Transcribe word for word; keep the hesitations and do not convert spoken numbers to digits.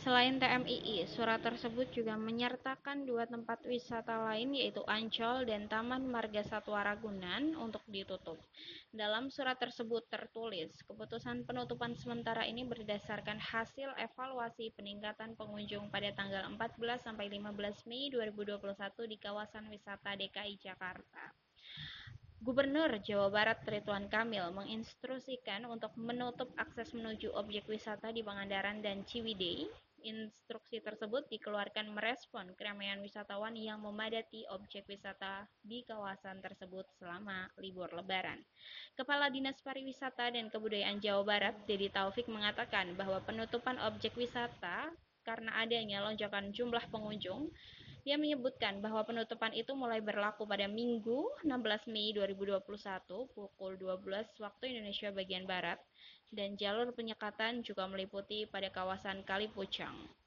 Selain T M I I, surat tersebut juga menyertakan dua tempat wisata lain yaitu Ancol dan Taman Marga Satwa Ragunan untuk ditutup. Dalam surat tersebut tertulis, keputusan penutupan sementara ini berdasarkan hasil evaluasi peningkatan pengunjung pada tanggal empat belas sampai lima belas Mei dua ribu dua puluh satu di kawasan wisata D K I Jakarta. Gubernur Jawa Barat Ridwan Kamil menginstruksikan untuk menutup akses menuju objek wisata di Pangandaran dan Ciwidey. Instruksi tersebut dikeluarkan merespon keramaian wisatawan yang memadati objek wisata di kawasan tersebut selama libur Lebaran. Kepala Dinas Pariwisata dan Kebudayaan Jawa Barat, Dedi Taufik, mengatakan bahwa penutupan objek wisata karena adanya lonjakan jumlah pengunjung. Dia menyebutkan bahwa penutupan itu mulai berlaku pada Minggu enam belas Mei dua ribu dua puluh satu pukul dua belas waktu Indonesia bagian Barat dan jalur penyekatan juga meliputi pada kawasan Kalipucang.